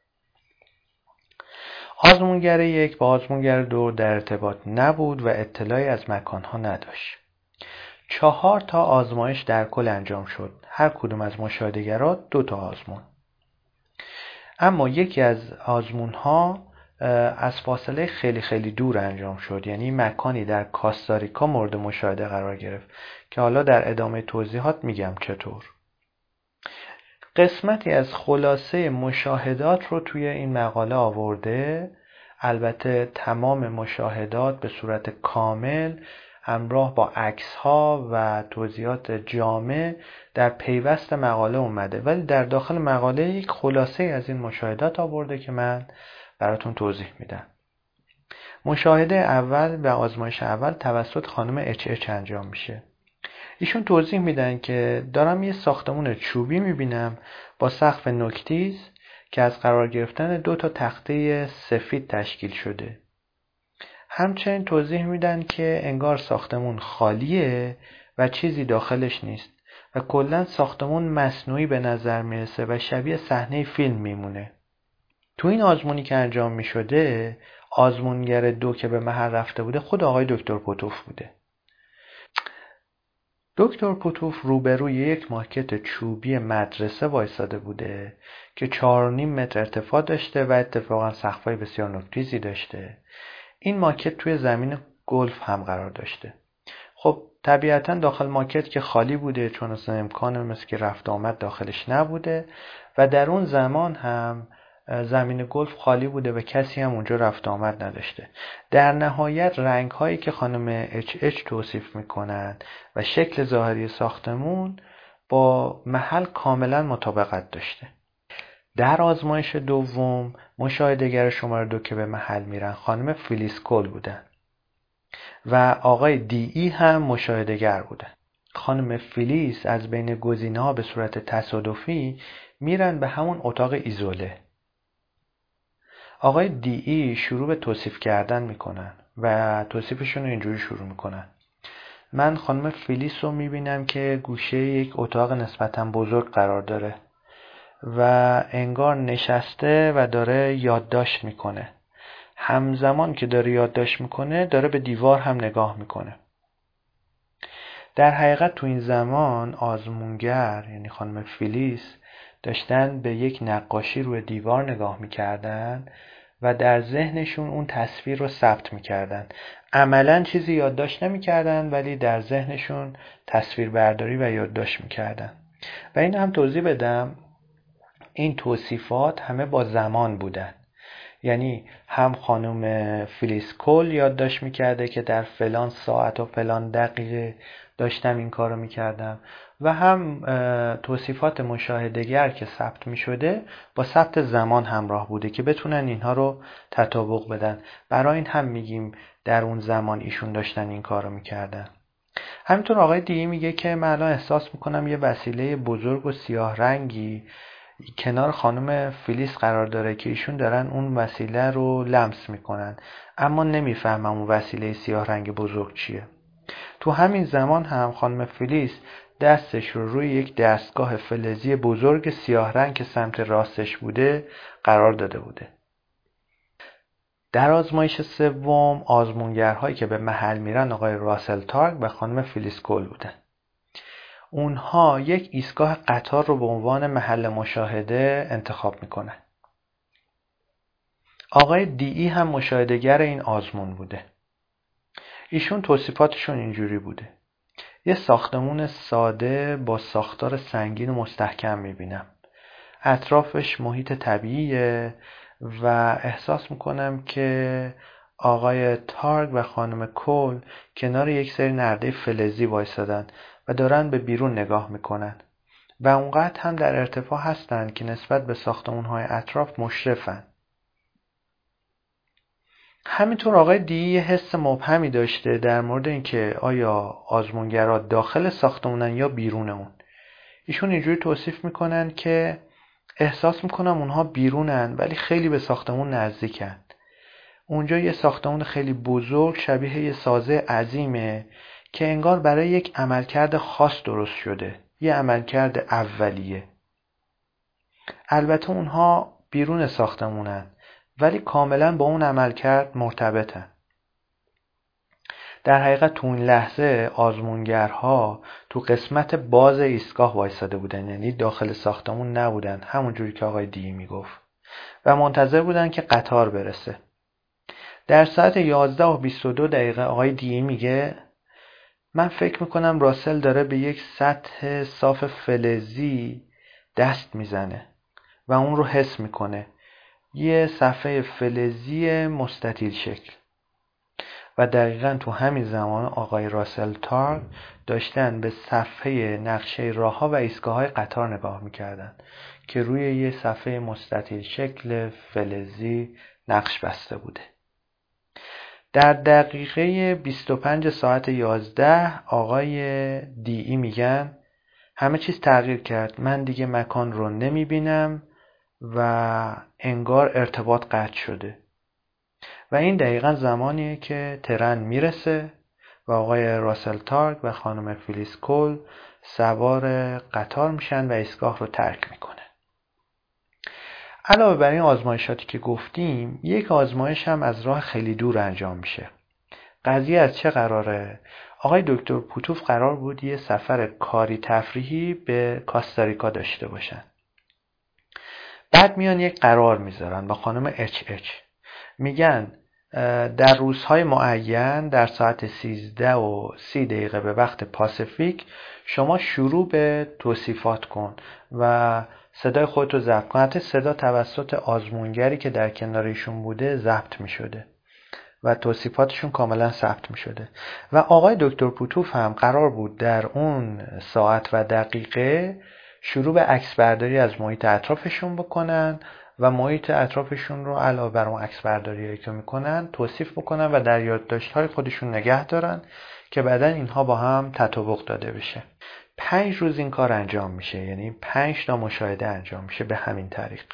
آزمونگر یک با آزمونگر دو در ارتباط نبود و اطلاعی از مکانها نداشت. چهار تا آزمایش در کل انجام شد. هر کدوم از مشاهدهگران دو تا آزمون. اما یکی از آزمون ها از فاصله خیلی خیلی دور انجام شد، یعنی مکانی در کاستاریکا مورد مشاهده قرار گرفت که حالا در ادامه توضیحات میگم چطور. قسمتی از خلاصه مشاهدات رو توی این مقاله آورده، البته تمام مشاهدات به صورت کامل همراه با عکس‌ها و توضیحات جامع در پیوست مقاله اومده، ولی در داخل مقاله یک خلاصه از این مشاهدات آورده که من براتون توضیح میدم. مشاهده اول و آزمایش اول توسط خانم اچ اچ انجام میشه. ایشون توضیح میدن که دارم یه ساختمون چوبی میبینم با سقف نوک‌تیز که از قرار گرفتن دو تا تخته سفید تشکیل شده. همچنین توضیح میدن که انگار ساختمون خالیه و چیزی داخلش نیست و کلاً ساختمون مصنوعی به نظر میرسه و شبیه صحنه فیلم میمونه. تو این آزمونی که انجام میشده، آزمونگر دو که به محل رفته بوده خود آقای دکتر پوتوف بوده. دکتر پوتوف روبروی یک ماکت چوبی مدرسه وایساده بوده که چهار و نیم متر ارتفاع داشته و اتفاقا سقف‌های بسیار نوک‌تیزی داشته. این ماکت توی زمین گلف هم قرار داشته. خب طبیعتا داخل ماکت که خالی بوده، چون اصلا امکان مثل که رفت آمد داخلش نبوده و در اون زمان هم زمین گلف خالی بوده و کسی هم اونجا رفت آمد نداشته. در نهایت رنگ هایی که خانم اچ اچ توصیف میکنن و شکل ظاهری ساختمون با محل کاملا مطابقت داشته. در آزمایش دوم مشاهدهگر شماره دو که به محل میرن خانم فیلیس کول بودن و آقای دی ای هم مشاهدهگر بودن. خانم فیلیس از بین گزینه‌ها به صورت تصادفی میرن به همون اتاق ایزوله. آقای دی ای شروع به توصیف کردن میکنن و توصیفشون رو اینجوری شروع میکنن: من خانم فیلیس رو میبینم که گوشه یک اتاق نسبتاً بزرگ قرار داره و انگار نشسته و داره یادداشت میکنه. همزمان که داره یادداشت میکنه داره به دیوار هم نگاه میکنه. در حقیقت تو این زمان آزمونگر یعنی خانم فیلیس داشتن به یک نقاشی روی دیوار نگاه میکردن و در ذهنشون اون تصویر رو ثبت میکردن. عملاً چیزی یادداشت نمیکردن ولی در ذهنشون تصویر برداری و یادداشت میکردن. و این هم توضیح بدم، این توصیفات همه با زمان بودن. یعنی هم خانم فیلیس کول یادداشت میکرده که در فلان ساعت و فلان دقیقه داشتم این کارو میکردم و هم توصیفات مشاهدهگر که ثبت میشده با ثبت زمان همراه بوده که بتونن اینها رو تطابق بدن. برای این هم میگیم در اون زمان ایشون داشتن این کارو میکردن. همینطور آقای دی میگه که من الان احساس میکنم یه وسیله بزرگ و سیاه رنگی کنار خانم فیلیس قرار داره که ایشون دارن اون وسیله رو لمس میکنن، اما نمیفهمم اون وسیله سیاه رنگ بزرگ چیه. تو همین زمان هم خانم فیلیس دستش رو روی یک دستگاه فلزی بزرگ سیاه رنگ که سمت راستش بوده قرار داده بوده. در آزمایش سوم آزمونگرهایی که به محل میرن آقای راسل تارگ و خانم فیلیس کول بودن. اونها یک ایستگاه قطار رو به عنوان محل مشاهده انتخاب میکنن. آقای دی ای هم مشاهدهگر این آزمون بوده. ایشون توصیفاتشون اینجوری بوده: یه ساختمون ساده با ساختار سنگین و مستحکم میبینم. اطرافش محیط طبیعیه و احساس میکنم که آقای تارگ و خانم کول کنار یک سری نرده فلزی وایسادن و دارن به بیرون نگاه میکنن و اونقدر هم در ارتفاع هستن که نسبت به ساختمان‌های اطراف مشرفن. همینطور آقای دی یه حس مبهمی داشته در مورد اینکه آیا آزمونگرا داخل ساختمونن یا بیرون اون. ایشون اینجوری توصیف میکنن که احساس میکنم اونها بیرونن ولی خیلی به ساختمون نزدیکن. اونجا یه ساختمون خیلی بزرگ شبیه یه سازه عظیمه که انگار برای یک عملکرد خاص درست شده، یه عملکرد اولیه. البته اونها بیرون ساختمونن ولی کاملا با اون عملکرد مرتبطن. در حقیقت تو این لحظه آزمونگرها تو قسمت باز ایستگاه وایساده بودن، یعنی داخل ساختمون نبودن، همون جوری که آقای دی میگفت. و منتظر بودن که قطار برسه. در ساعت یازده و بیست و دو دقیقه آقای دی میگه من فکر میکنم راسل داره به یک سطح صاف فلزی دست میزنه و اون رو حس میکنه، یه صفحه فلزی مستطیل شکل. و دقیقاً تو همین زمان آقای راسل تارگ داشتن به صفحه نقشه راه‌ها و ایستگاه‌های قطار نگاه میکردن که روی یه صفحه مستطیل شکل فلزی نقش بسته بوده. در دقیقه بیست و پنج ساعت یازده آقای دی ای میگن همه چیز تغییر کرد، من دیگه مکان رو نمیبینم و انگار ارتباط قطع شده. و این دقیقا زمانیه که ترن میرسه و آقای راسل تارگ و خانم فیلیس کول سوار قطار میشن و ایستگاه رو ترک میکنه. علاوه بر این آزمایشاتی که گفتیم، یک آزمایش هم از راه خیلی دور انجام میشه. قضیه از چه قراره؟ آقای دکتر پوتوف قرار بود یه سفر کاری تفریحی به کاستاریکا داشته باشن. بعد میان یک قرار میذارن با خانم اچ اچ. میگن در روزهای معین در ساعت سیزده و سی دقیقه به وقت پاسیفیک شما شروع به توصیفات کن و صدای خودتو ضبط کن. حتی صدا توسط آزمونگری که در کنارشون بوده ضبط می شده و توصیفاتشون کاملا ثبت می شده. و آقای دکتر پوتوف هم قرار بود در اون ساعت و دقیقه شروع به عکس برداری از محیط اطرافشون بکنن و محیط اطرافشون رو علاوه بر اون عکس برداریایی که میکنن توصیف بکنن و در یادداشت‌های خودشون نگه دارن که بعداً اینها با هم تطابق داده بشه. پنج روز این کار انجام میشه، یعنی پنج تا مشاهده انجام میشه به همین طریق.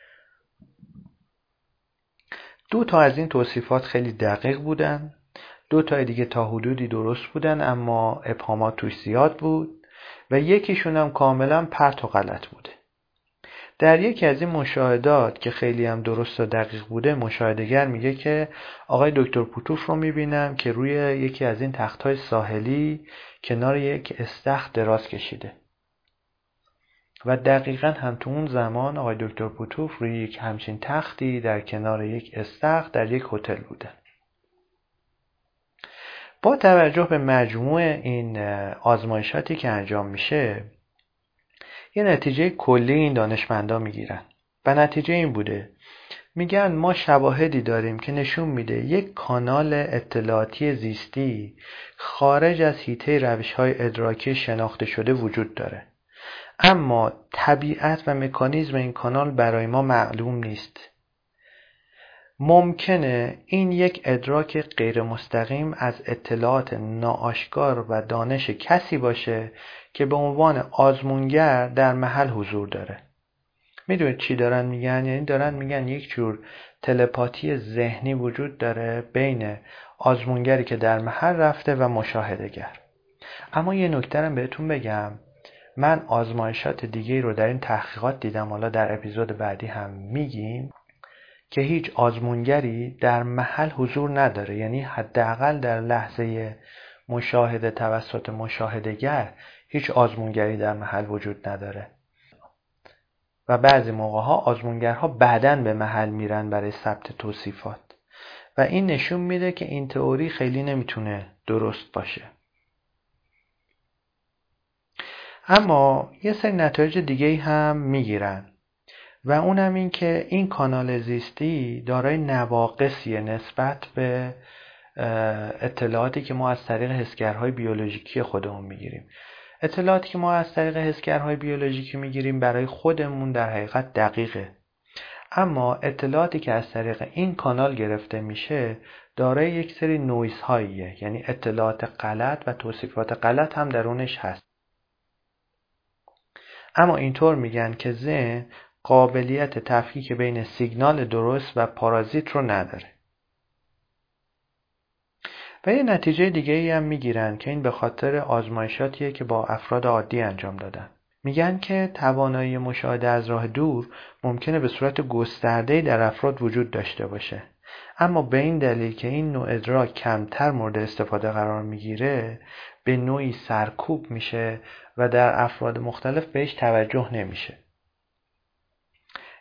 دو تا از این توصیفات خیلی دقیق بودن، دو تا دیگه تا حدودی درست بودن اما ابهامات توش زیاد بود و یکیشون هم کاملا پرت و غلط بوده. در یکی از این مشاهدات که خیلی هم درست و دقیق بوده، مشاهدهگر میگه که آقای دکتر پوتوف رو میبینم که روی یکی از این تخت‌های ساحلی کنار یک استخر دراز کشیده و دقیقاً هم تو اون زمان آقای دکتر پوتوف روی یک همچین تختی در کنار یک استخر در یک هتل بوده. با توجه به مجموع این آزمایشاتی که انجام میشه، یه نتیجه کلی این دانشمندا میگیرن و نتیجه این بوده، میگن ما شواهدی داریم که نشون میده یک کانال اطلاعاتی زیستی خارج از حیطه روش‌های ادراکی شناخته شده وجود داره، اما طبیعت و مکانیزم این کانال برای ما معلوم نیست. ممکنه این یک ادراک غیر مستقیم از اطلاعات ناآشکار و دانش کسی باشه که به عنوان آزمونگر در محل حضور داره. میدونید چی دارن میگن؟ یعنی دارن میگن یک جور تلپاتی ذهنی وجود داره بین آزمونگری که در محل رفته و مشاهدهگر. اما یه نکته رو بهتون بگم، من آزمایشات دیگه رو در این تحقیقات دیدم، حالا در اپیزود بعدی هم میگیم، که هیچ آزمونگری در محل حضور نداره، یعنی حداقل در لحظه مشاهده توسط مشاهدهگر هیچ آزمونگری در محل وجود نداره و بعضی موقعها آزمونگرها بعداً به محل میرن برای ثبت توصیفات و این نشون میده که این تئوری خیلی نمیتونه درست باشه. اما یه سری نتایج دیگه هم میگیرن و اونم این که این کانال زیستی دارای نواقصی نسبت به اطلاعاتی که ما از طریق حسگرهای بیولوژیکی خودمون میگیریم. اطلاعاتی که ما از طریق حسگرهای بیولوژیکی میگیریم برای خودمون در حقیقت دقیقه، اما اطلاعاتی که از طریق این کانال گرفته میشه دارای یک سری نویز هاییه، یعنی اطلاعات غلط و توصیفات غلط هم درونش هست. اما اینطور میگن که ذهن قابلیت تفکیک بین سیگنال درست و پارازیت رو نداره. و یه نتیجه دیگه ای هم میگیرن که این به خاطر آزمایشاتیه که با افراد عادی انجام دادن. میگن که توانایی مشاهده از راه دور ممکنه به صورت گسترده‌ای در افراد وجود داشته باشه، اما به این دلیل که این نوع ادراک کمتر مورد استفاده قرار میگیره به نوعی سرکوب میشه و در افراد مختلف بهش توجه نمیشه.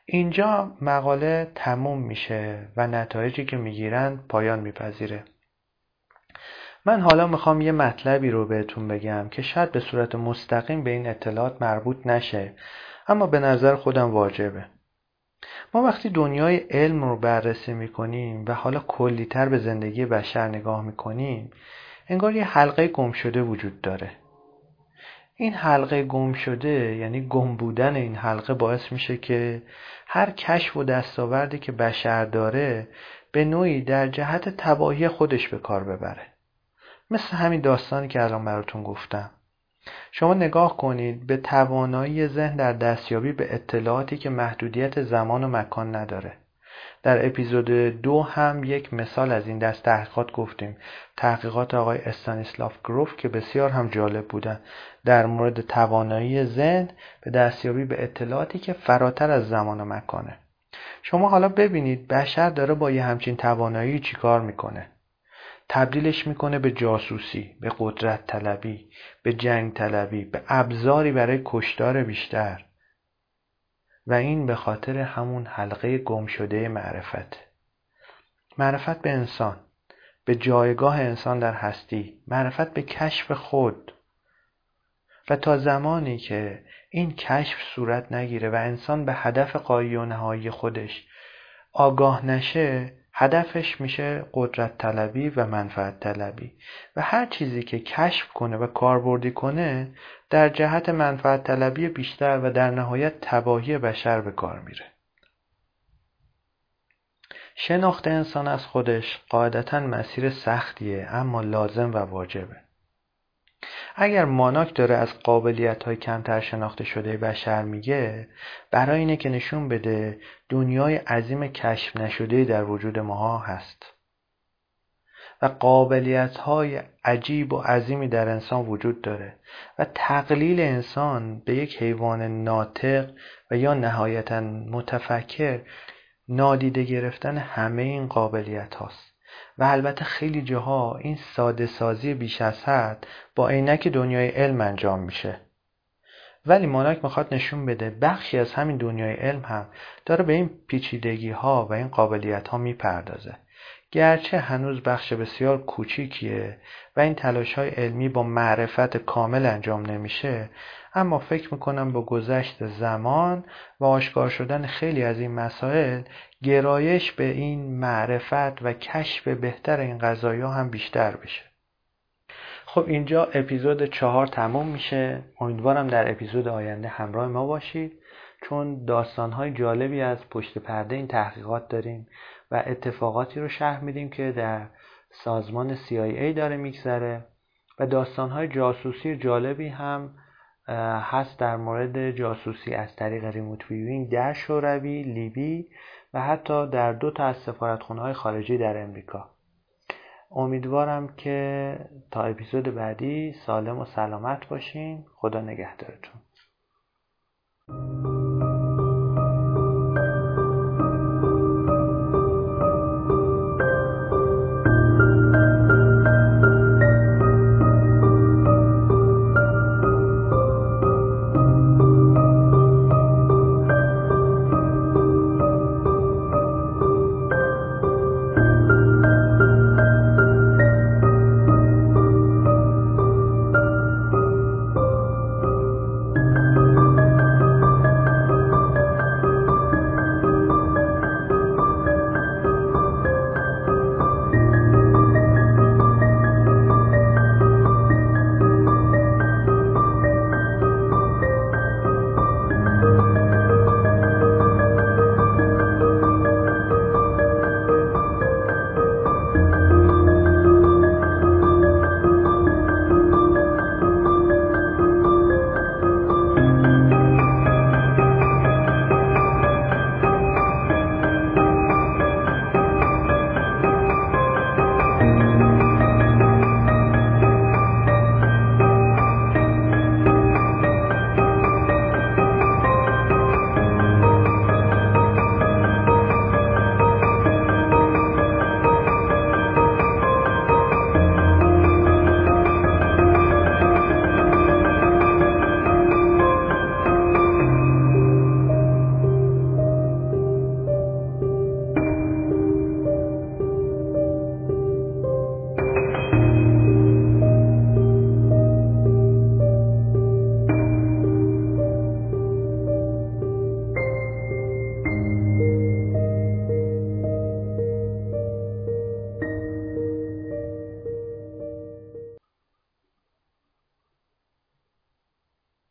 اینجا مقاله تموم میشه و نتایجی که میگیرن پایان میپذیره. من حالا میخوام یه مطلبی رو بهتون بگم که شاید به صورت مستقیم به این اطلاعات مربوط نشه، اما به نظر خودم واجبه. ما وقتی دنیای علم رو بررسی میکنیم و حالا کلی‌تر به زندگی بشر نگاه میکنیم، انگار یه حلقه گم شده وجود داره. این حلقه گم شده، یعنی گم بودن این حلقه، باعث میشه که هر کشف و دستاوردی که بشر داره به نوعی در جهت تباهی خودش به کار ببره. مثل همین داستانی که الان براتون گفتم. شما نگاه کنید به توانایی ذهن در دستیابی به اطلاعاتی که محدودیت زمان و مکان نداره. در اپیزود دو هم یک مثال از این دست تحقیقات گفتیم، تحقیقات آقای استانیسلاف گروف که بسیار هم جالب بودن در مورد توانایی ذهن به دستیابی به اطلاعاتی که فراتر از زمان و مکانه. شما حالا ببینید بشر داره با یه همچین توانایی چیکار میکنه. تبدیلش میکنه به جاسوسی، به قدرت طلبی، به جنگ طلبی، به ابزاری برای کشتار بیشتر. و این به خاطر همون حلقه گم شده معرفت. معرفت به انسان، به جایگاه انسان در هستی، معرفت به کشف خود. و تا زمانی که این کشف صورت نگیره و انسان به هدف غایی و نهایی خودش آگاه نشه، هدفش میشه قدرت طلبی و منفعت طلبی و هر چیزی که کشف کنه و کاربردی کنه در جهت منفعت طلبی بیشتر و در نهایت تباهی بشر به کار میره. شناخت انسان از خودش قاعدتاً مسیر سختیه، اما لازم و واجبه. اگر ماناک داره از قابلیت‌های کمتر شناخته شده بشر میگه، برای اینه که نشون بده دنیای عظیم کشف نشده در وجود ماها هست و قابلیت‌های عجیب و عظیمی در انسان وجود داره و تقلیل انسان به یک حیوان ناطق و یا نهایتاً متفکر نادیده گرفتن همه این قابلیت هاست. و البته خیلی جاها این ساده سازی بیش از حد با عینک دنیای علم انجام میشه. ولی ماناک میخواد نشون بده بخشی از همین دنیای علم هم داره به این پیچیدگی ها و این قابلیت ها میپردازه. گرچه هنوز بخش بسیار کوچیکیه و این تلاش های علمی با معرفت کامل انجام نمیشه، اما فکر میکنم با گذشت زمان و آشکار شدن خیلی از این مسائل گرایش به این معرفت و کشف بهتر این قضایا هم بیشتر بشه. خب اینجا اپیزود چهار تموم میشه. امیدوارم در اپیزود آینده همراه ما باشید، چون داستانهای جالبی از پشت پرده این تحقیقات داریم و اتفاقاتی رو شرح میدیم که در سازمان سی آی ای داره میگذره و داستانهای جاسوسی جالبی هم هست در مورد جاسوسی از طریق ریموت ویوینگ در شوروی، لیبی و حتی در دو تا از سفارتخونه‌های خارجی در امریکا. امیدوارم که تا اپیزود بعدی سالم و سلامت باشین. خدا نگهدارتون.